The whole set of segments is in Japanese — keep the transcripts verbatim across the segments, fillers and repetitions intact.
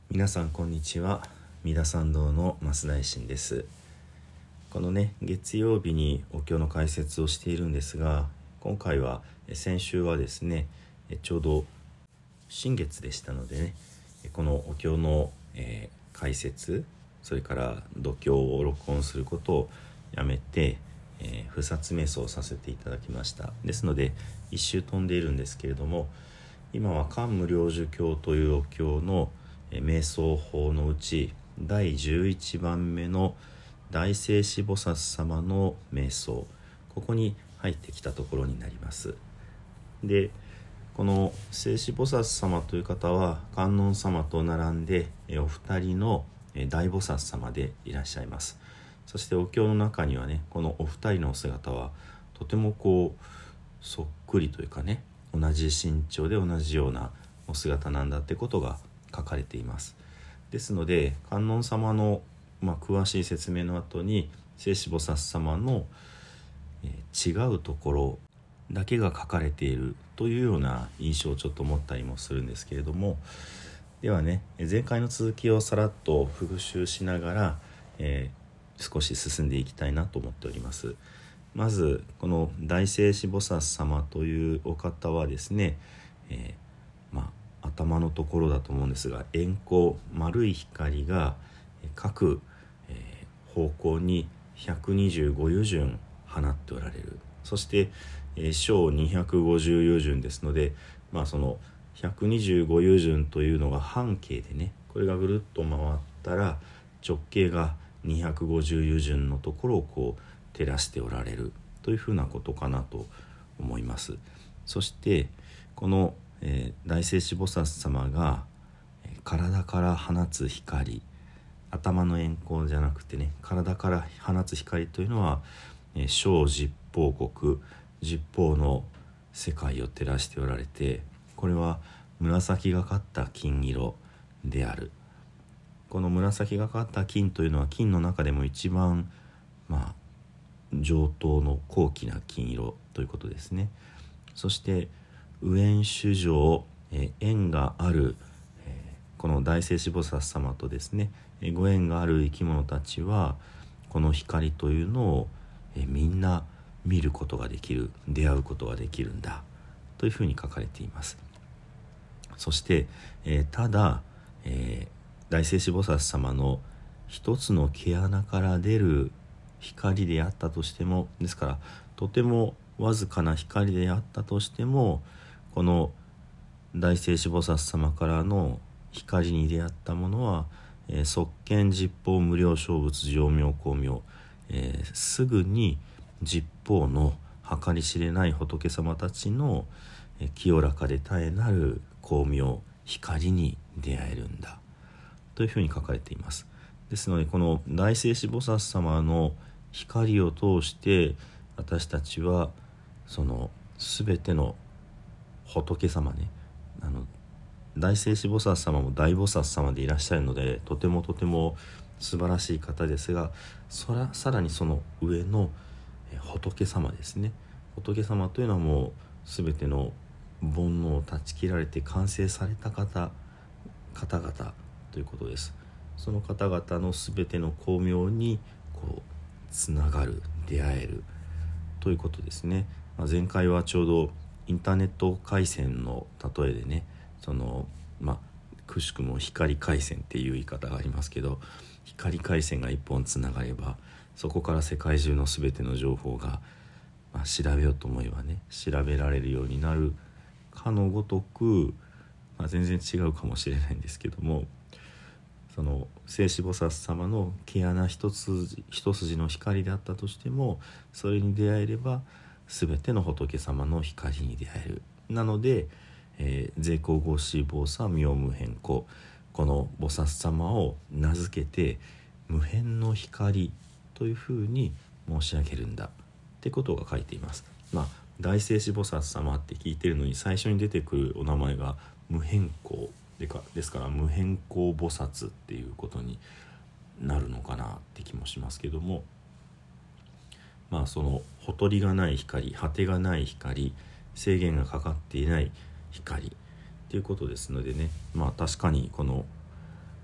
皆さんこんにちは。三田参道の増大臣です。このね月曜日にお経の解説をしているんですが、今回は先週はですねちょうど新月でしたのでね、このお経の、えー、解説、それから読経を録音することをやめて、えー、不殺瞑想をさせていただきました。ですので一周飛んでいるんですけれども、今は漢無量寿経というお経の瞑想法のうちだいじゅういちばんめの大勢至菩薩様の瞑想、ここに入ってきたところになります。で、この勢至菩薩様という方は観音様と並んでお二人の大菩薩様でいらっしゃいます。そしてお経の中にはね、このお二人のお姿はとてもこうそっくりというかね、同じ身長で同じようなお姿なんだってことが書かれています。ですので観音様の、まあ、詳しい説明の後に勢至菩薩様の、えー、違うところだけが書かれているというような印象をちょっと持ったりもするんですけれども、ではね、前回の続きをさらっと復習しながら、えー、少し進んでいきたいなと思っております。まずこの大勢至菩薩様というお方はですね、えー、まあ頭のところだと思うんですが、円光丸い光が各、えー、方向にひゃくにじゅうご由順放っておられる。そして、えー、小にひゃくごじゅう由順ですので、まあそのひゃくにじゅうご由順というのが半径でね、これがぐるっと回ったら直径がにひゃくごじゅう由順のところをこう照らしておられるというふうなことかなと思います。そしてこの、えー、大勢至菩薩様が体から放つ光、頭の円光じゃなくてね、体から放つ光というのは、えー、小十方国、十方の世界を照らしておられて、これは紫がかった金色である。この紫がかった金というのは金の中でも一番まあ上等の高貴な金色ということですね。そして右縁主上、えー、縁がある、えー、この大勢至菩薩様とですね、えー、ご縁がある生き物たちはこの光というのを、えー、みんな見ることができる、出会うことができるんだというふうに書かれています。そして、えー、ただ、えー、大勢至菩薩様の一つの毛穴から出る光であったとしても、ですからとてもわずかな光であったとしても、この大勢至菩薩様からの光に出会ったものは、えー、即見十方無量勝仏浄妙光明、えー、すぐに十方の計り知れない仏様たちの、えー、清らかで絶えなる光明光に出会えるんだというふうに書かれています。ですのでこの大勢至菩薩様の光を通して私たちはその全ての仏様ね、あの大勢至菩薩様も大菩薩様でいらっしゃるので、とてもとても素晴らしい方ですが、そらさらにその上の仏様ですね。仏様というのはもう全ての煩悩を断ち切られて完成された方方々ということです。その方々の全ての光明にこうつながる、出会えるということですね。まあ、前回はちょうどインターネット回線の例えでね、そのまあくしくも光回線っていう言い方がありますけど、光回線が一本つながればそこから世界中の全ての情報が、まあ、調べようと思えばね調べられるようになるかのごとく、まあ、全然違うかもしれないんですけども、その勢至菩薩様の毛穴一筋一筋の光であったとしても、それに出会えれば全ての仏様の光に出会える。なので、えー、税光合子菩薩妙無変光、この菩薩様を名付けて無変の光というふうに申し上げるんだってことが書いています。まあ大勢至菩薩様って聞いてるのに最初に出てくるお名前が無変光でかですから、無変光菩薩っていうことになるのかなって気もしますけども、まあそのほとりがない光、果てがない光、制限がかかっていない光ということですのでね、まあ確かにこの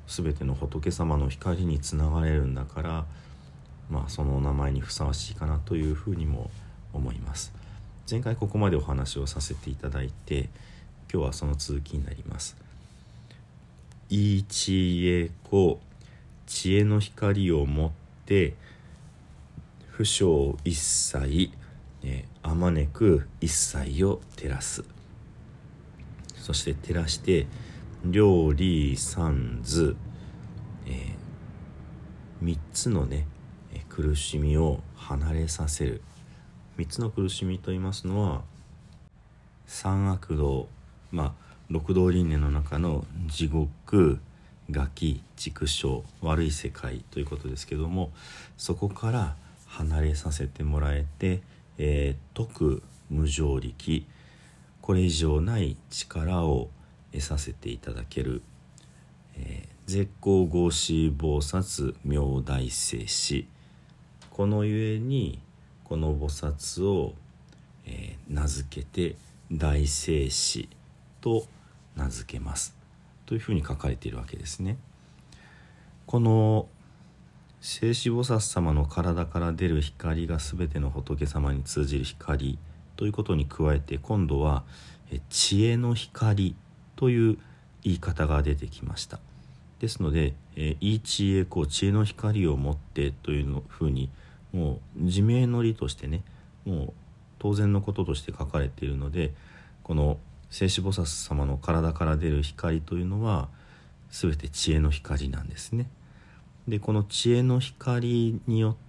全ての仏様の光につながれるんだから、まあそのお名前にふさわしいかなというふうにも思います。前回ここまでお話をさせていただいて、今日はその続きになります。いちえこ、知恵の光を持って不詳一切、あまねく一切を照らす。そして照らして両理三図、えー、三つのね苦しみを離れさせる。三つの苦しみと言いますのは、三悪道、まあ六道輪廻の中の地獄、餓鬼、畜生、悪い世界ということですけども、そこから離れさせてもらえて、えー、徳無常力、これ以上ない力を得させていただける、えー、絶光合子菩薩妙大聖子、このゆえにこの菩薩を、えー、名付けて大聖子と名付けますというふうに書かれているわけですね。この聖子菩薩様の体から出る光が全ての仏様に通じる光ということに加えて、今度は知恵の光という言い方が出てきました。ですので、いちえこ、知恵の光を持ってというのふうに、もう自明の理としてね、もう当然のこととして書かれているので、この聖子菩薩様の体から出る光というのは全て知恵の光なんですね。でこの知恵の光によって、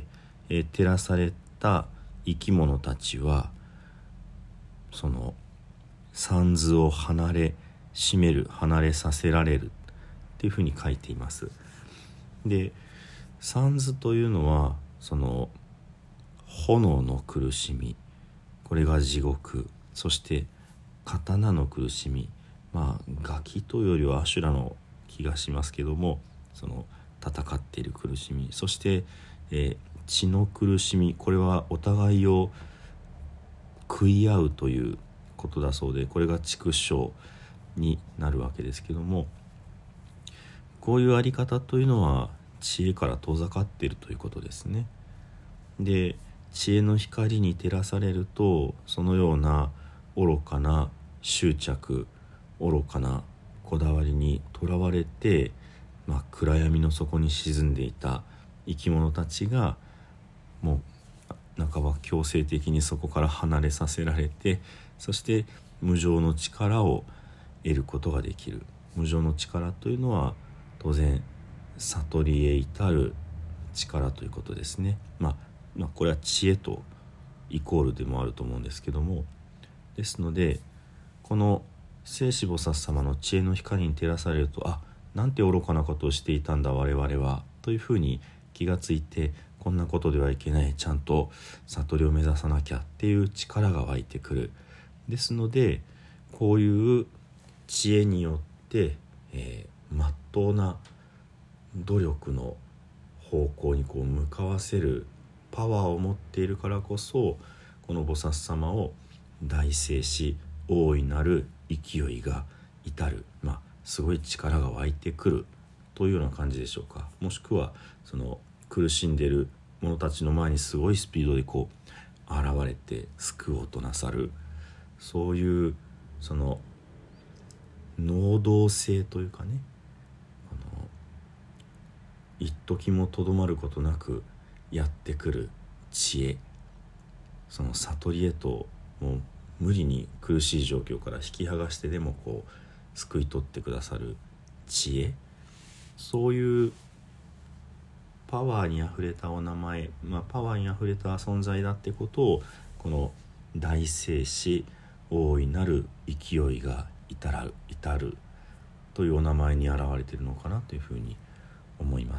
えー、照らされた生き物たちは、その三図を離れ締める、離れさせられるっていうふうに書いています。で三図というのは、その炎の苦しみ、これが地獄、そして刀の苦しみ、まあガキというよりはアシュラの気がしますけども、その戦っている苦しみ、そして、えー、血の苦しみ、これはお互いを食い合うということだそうで、これが畜生になるわけですけども、こういうあり方というのは知恵から遠ざかっているということですね。で知恵の光に照らされると、そのような愚かな執着、愚かなこだわりにとらわれて、まあ、暗闇の底に沈んでいた生き物たちが、もう半ば強制的にそこから離れさせられて、そして無常の力を得ることができる。無常の力というのは当然悟りへ至る力ということですね。まあ、まあこれは知恵とイコールでもあると思うんですけども、ですのでこの聖子菩薩様の知恵の光に照らされると、あ、なんて愚かなことをしていたんだ我々はというふうに気がついて、こんなことではいけない、ちゃんと悟りを目指さなきゃっていう力が湧いてくる。ですのでこういう知恵によって、えー、真っ当な努力の方向にこう向かわせるパワーを持っているからこそ、この菩薩様を大聖子、大いなる勢いが至る、まあすごい力が湧いてくるというような感じでしょうか。もしくはその苦しんでいる者たちの前にすごいスピードでこう現れて救おうとなさる、そういうその能動性というかね、あの一時もとどまることなくやってくる知恵、その悟りへともう無理に苦しい状況から引き剥がしてでもこう救い取ってくださる知恵、そういうパワーにあふれたお名前、まあ、パワーにあふれた存在だってことを、この大聖子、大いなる勢いが至る至るというお名前に現れているのかなというふうに思います。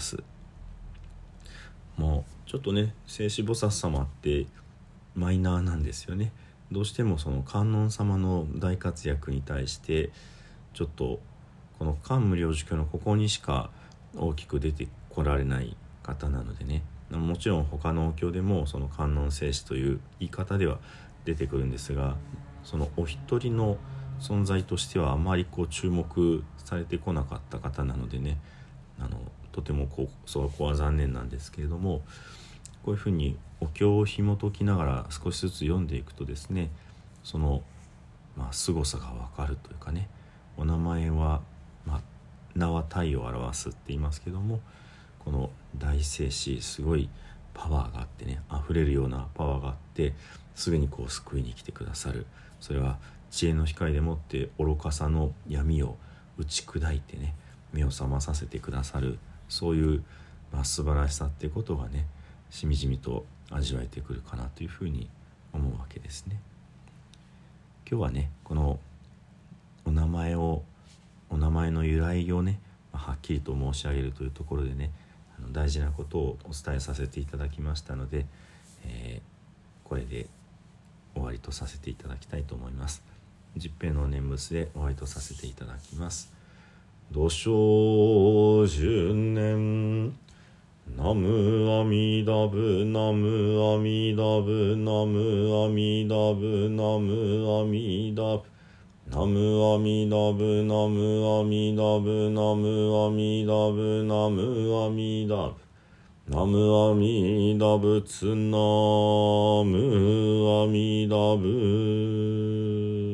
もうちょっとね、聖子菩薩様ってマイナーなんですよね。どうしてもその観音様の大活躍に対してちょっとこの観無量寿経のここにしか大きく出てこられない方なのでね、もちろん他のお経でもその観音聖子という言い方では出てくるんですが、そのお一人の存在としてはあまりこう注目されてこなかった方なのでね、あのとてもこうそこは残念なんですけれども、こういうふうにお経を紐解きながら少しずつ読んでいくとですね、そのまあ凄さがわかるというかね、お名前は、まあ、名は体を表すって言いますけども、この大聖師すごいパワーがあってね、溢れるようなパワーがあって、すぐにこう救いに来てくださる。それは知恵の光でもって愚かさの闇を打ち砕いてね、目を覚まさせてくださる、そういう、まあ、素晴らしさってことがね、しみじみと味わえてくるかなというふうに思うわけですね。今日はね、このお名前をお名前の由来をね、はっきりと申し上げるというところでね、あの大事なことをお伝えさせていただきましたので、えー、これで終わりとさせていただきたいと思います。十平の念仏で終わりとさせていただきます。土生十年ナムアミダブナムアミダブナムアミダブナムアミダブナムアミダブナムアミダブナムアミダブナムアミダブナムアミダブツナムアミダブ